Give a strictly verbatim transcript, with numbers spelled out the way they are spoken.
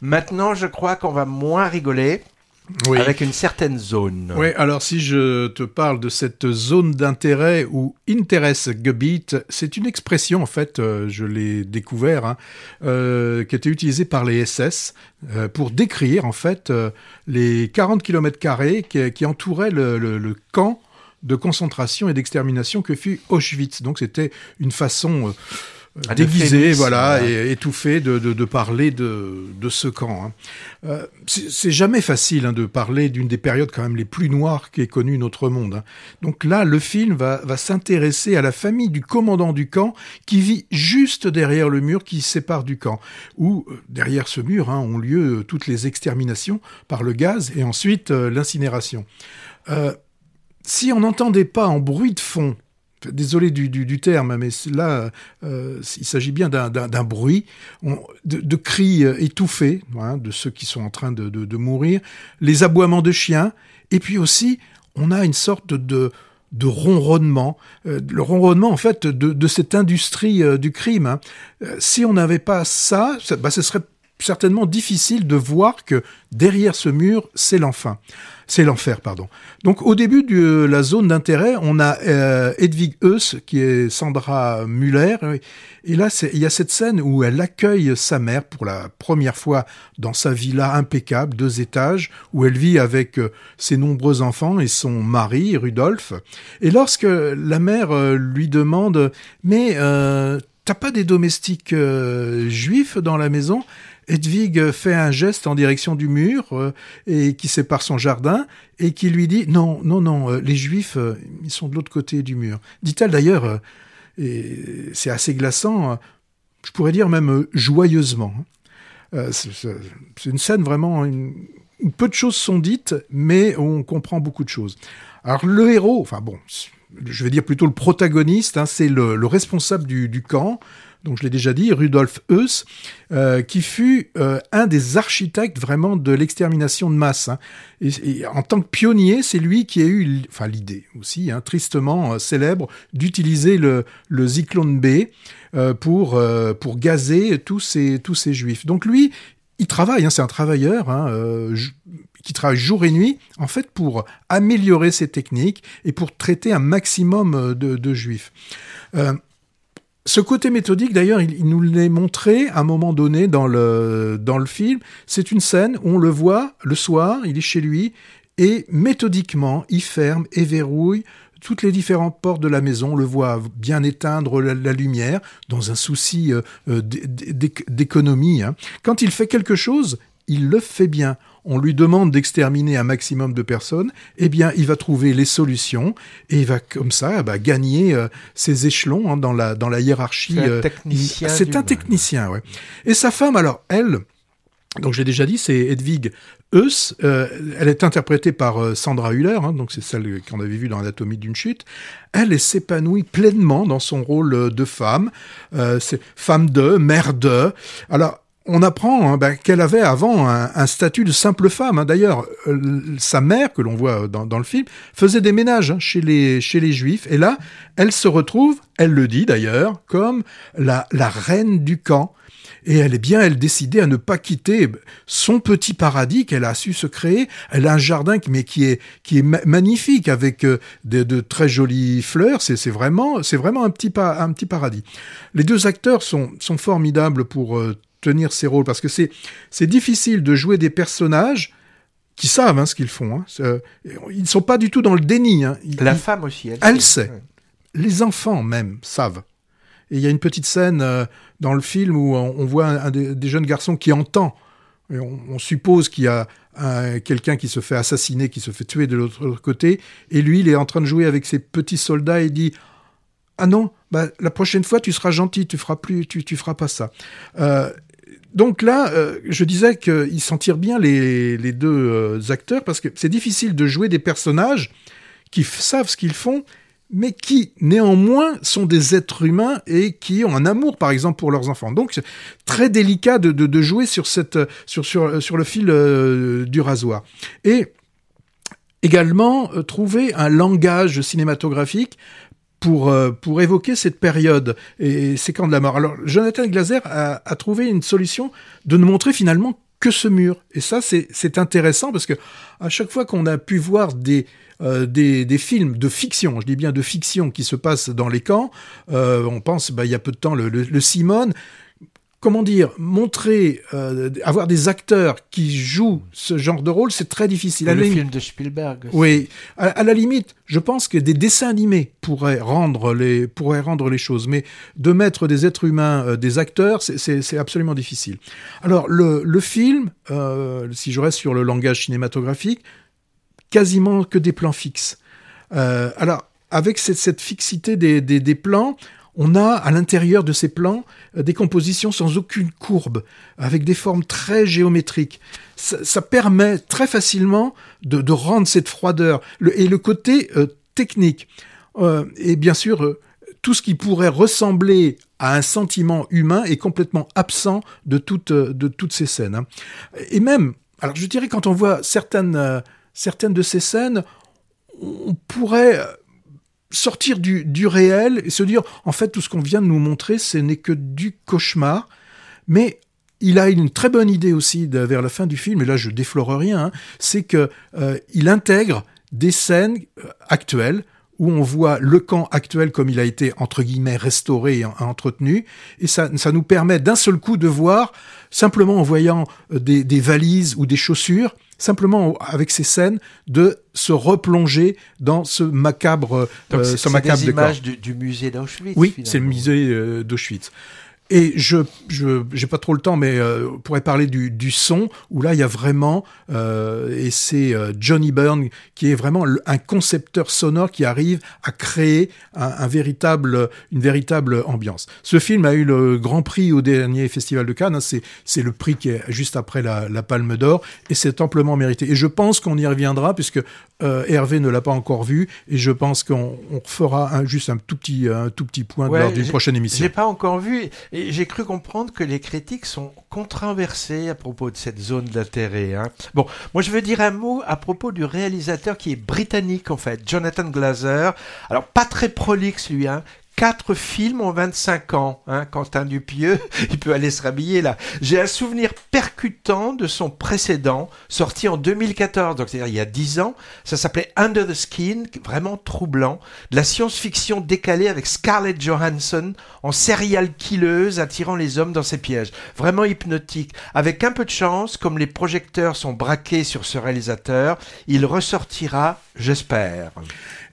Maintenant, je crois qu'on va moins rigoler. Oui. Avec une certaine zone. Oui, alors si je te parle de cette zone d'intérêt ou Interessegebiet, c'est une expression, en fait, euh, je l'ai découvert, hein, euh, qui était utilisée par les S S euh, pour décrire, en fait, euh, les quarante kilomètres carrés qui, qui entouraient le, le, le camp de concentration et d'extermination que fut Auschwitz. Donc c'était une façon... Euh, Ah, déguisé, voilà, ouais. et étouffé de, de, de parler de, de ce camp. Hein. Euh, c'est, c'est jamais facile hein, de parler d'une des périodes quand même les plus noires qu'ait connu notre monde. Hein. Donc là, le film va, va s'intéresser à la famille du commandant du camp qui vit juste derrière le mur qui sépare du camp, où derrière ce mur hein, ont lieu toutes les exterminations par le gaz et ensuite euh, l'incinération. Euh, si on n'entendait pas en bruit de fond, désolé du, du, du terme, mais là, euh, il s'agit bien d'un, d'un, d'un bruit, on, de, de cris étouffés, hein, de ceux qui sont en train de, de, de mourir, les aboiements de chiens, et puis aussi, on a une sorte de, de, de ronronnement, euh, le ronronnement, en fait, de, de cette industrie euh, du crime. Hein. Euh, si on n'avait pas ça, ça bah, ce serait certainement difficile de voir que derrière ce mur, c'est l'enfer. C'est l'enfer, pardon. Donc, au début de la zone d'intérêt, on a euh, Hedwig Höss, qui est Sandra Müller. Et là, c'est, il y a cette scène où elle accueille sa mère pour la première fois dans sa villa impeccable, deux étages, où elle vit avec euh, ses nombreux enfants et son mari, Rudolf. Et lorsque la mère euh, lui demande « Mais euh, t'as pas des domestiques euh, juifs dans la maison ?» Hedwig fait un geste en direction du mur euh, et qui sépare son jardin et qui lui dit « Non, non, non, euh, les Juifs, euh, ils sont de l'autre côté du mur. » Dit-elle d'ailleurs, euh, et c'est assez glaçant, euh, je pourrais dire même euh, joyeusement. Euh, c'est, c'est une scène vraiment... Une, peu de choses sont dites, mais on comprend beaucoup de choses. Alors le héros, enfin bon, je vais dire plutôt le protagoniste, hein, c'est le, le responsable du, du camp, donc je l'ai déjà dit, Rudolf Höss, euh, qui fut euh, un des architectes vraiment de l'extermination de masse. Hein. Et, et en tant que pionnier, c'est lui qui a eu, enfin l'idée aussi, hein, tristement euh, célèbre, d'utiliser le, le Zyklon B euh, pour euh, pour gazer tous ces tous ces juifs. Donc lui, il travaille, hein, c'est un travailleur. Hein, euh, qui travaille jour et nuit, en fait, pour améliorer ses techniques et pour traiter un maximum de, de juifs. Euh, Ce côté méthodique, d'ailleurs, il, il nous l'est montré à un moment donné dans le, dans le film. C'est une scène où on le voit le soir, il est chez lui, et méthodiquement, il ferme et verrouille toutes les différentes portes de la maison. On le voit bien éteindre la, la lumière, dans un souci euh, d'économie. Hein. Quand il fait quelque chose, il le fait bien. On lui demande d'exterminer un maximum de personnes, eh bien, il va trouver les solutions et il va comme ça bah, gagner euh, ses échelons hein, dans la dans la hiérarchie. C'est un technicien. Euh, c'est un technicien, ouais. Et sa femme, alors elle, donc j'ai déjà dit, c'est Hedwig Höss. Euh, elle est interprétée par euh, Sandra Hüller, hein, donc c'est celle qu'on avait vue dans Anatomie d'une chute. Elle, elle s'épanouit pleinement dans son rôle de femme, euh, c'est femme de, mère de. Alors on apprend hein, bah, qu'elle avait avant un, un statut de simple femme. Hein. D'ailleurs, euh, sa mère, que l'on voit dans, dans le film, faisait des ménages hein, chez les chez les Juifs. Et là, elle se retrouve, elle le dit d'ailleurs, comme la, la reine du camp. Et elle est bien, elle décidée à ne pas quitter son petit paradis qu'elle a su se créer. Elle a un jardin qui, mais qui est qui est ma- magnifique avec euh, de, de très jolies fleurs. C'est, c'est vraiment c'est vraiment un petit pa- un petit paradis. Les deux acteurs sont sont formidables pour euh, tenir ces rôles parce que c'est c'est difficile de jouer des personnages qui savent hein, ce qu'ils font. Hein. Euh, ils ne sont pas du tout dans le déni. Hein. Ils, La ils, femme aussi, elle, elle sait. Ouais. Les enfants même savent. Et il y a une petite scène euh, dans le film où on, on voit un, un des, des jeunes garçons qui entend. Et on, on suppose qu'il y a un, quelqu'un qui se fait assassiner, qui se fait tuer de l'autre, l'autre côté. Et lui, il est en train de jouer avec ses petits soldats et il dit « Ah non, bah, la prochaine fois, tu seras gentil, tu feras plus, tu, tu feras pas ça. Euh, » Donc là, euh, je disais qu'ils s'en tirent bien les, les deux euh, acteurs parce que c'est difficile de jouer des personnages qui f- savent ce qu'ils font, mais qui, néanmoins, sont des êtres humains et qui ont un amour, par exemple, pour leurs enfants. Donc, c'est très délicat de, de, de jouer sur, cette, sur, sur, sur le fil euh, du rasoir. Et également, euh, trouver un langage cinématographique pour euh, pour évoquer cette période et ces camps de la mort. Alors, Jonathan Glazer a, a trouvé une solution de ne montrer finalement que ce mur. Et ça, c'est, c'est intéressant parce que à chaque fois qu'on a pu voir des, euh, des, des films de fiction, je dis bien de fiction, qui se passent dans les camps, euh, on pense, bah, il y a peu de temps, le, le, le Simone, comment dire, montrer, euh, avoir des acteurs qui jouent ce genre de rôle, c'est très difficile. Le lim- film de Spielberg aussi. Oui, à, à la limite, je pense que des dessins animés pourraient rendre les, pourraient rendre les choses, mais de mettre des êtres humains, euh, des acteurs, c'est, c'est, c'est absolument difficile. Alors, le, le film, euh, si je reste sur le langage cinématographique, quasiment que des plans fixes. Euh, alors, avec cette, cette fixité des, des, des plans, on a à l'intérieur de ces plans euh, des compositions sans aucune courbe, avec des formes très géométriques. Ça, ça permet très facilement de, de rendre cette froideur. Le, et le côté euh, technique. Euh, et bien sûr, euh, tout ce qui pourrait ressembler à un sentiment humain est complètement absent de, toute, de toutes ces scènes. Hein. Et même, alors je dirais quand on voit certaines, euh, certaines de ces scènes, on pourrait sortir du, du réel et se dire, en fait, tout ce qu'on vient de nous montrer, ce n'est que du cauchemar. Mais il a une très bonne idée aussi de, vers la fin du film, et là je déflore rien, hein, c'est qu'il euh, intègre des scènes euh, actuelles où on voit le camp actuel comme il a été, entre guillemets, restauré et entretenu, et ça, ça nous permet d'un seul coup de voir, simplement en voyant des, des valises ou des chaussures, simplement avec ces scènes, de se replonger dans ce macabre, Donc euh, c'est, ce c'est macabre des de images corps. du, du musée d'Auschwitz. Oui, finalement. c'est le musée euh, d'Auschwitz. Et je, je, j'ai pas trop le temps, mais euh, on pourrait parler du, du son, où là il y a vraiment, euh, et c'est euh, Johnny Byrne qui est vraiment le, un concepteur sonore qui arrive à créer un, un véritable, une véritable ambiance. Ce film a eu le Grand Prix au dernier Festival de Cannes, hein, c'est, c'est le prix qui est juste après la, la Palme d'Or, et c'est amplement mérité. Et je pense qu'on y reviendra, puisque euh, Hervé ne l'a pas encore vu, et je pense qu'on on fera un, juste un tout petit, un tout petit point Ouais, lors d'une j'ai, prochaine émission. J'ai pas encore vu, et j'ai cru comprendre que les critiques sont controversées à propos de cette zone d'intérêt. Hein. Bon, moi je veux dire un mot à propos du réalisateur qui est britannique en fait, Jonathan Glazer. Alors pas très prolixe lui, hein. Quatre films en vingt-cinq ans, hein, Quentin Dupieux, il peut aller se rhabiller là. J'ai un souvenir percutant de son précédent, sorti en deux mille quatorze, donc c'est-à-dire il y a dix ans. Ça s'appelait Under the Skin, vraiment troublant. De la science-fiction décalée avec Scarlett Johansson en serial killeuse attirant les hommes dans ses pièges. Vraiment hypnotique. Avec un peu de chance, comme les projecteurs sont braqués sur ce réalisateur, il ressortira, j'espère.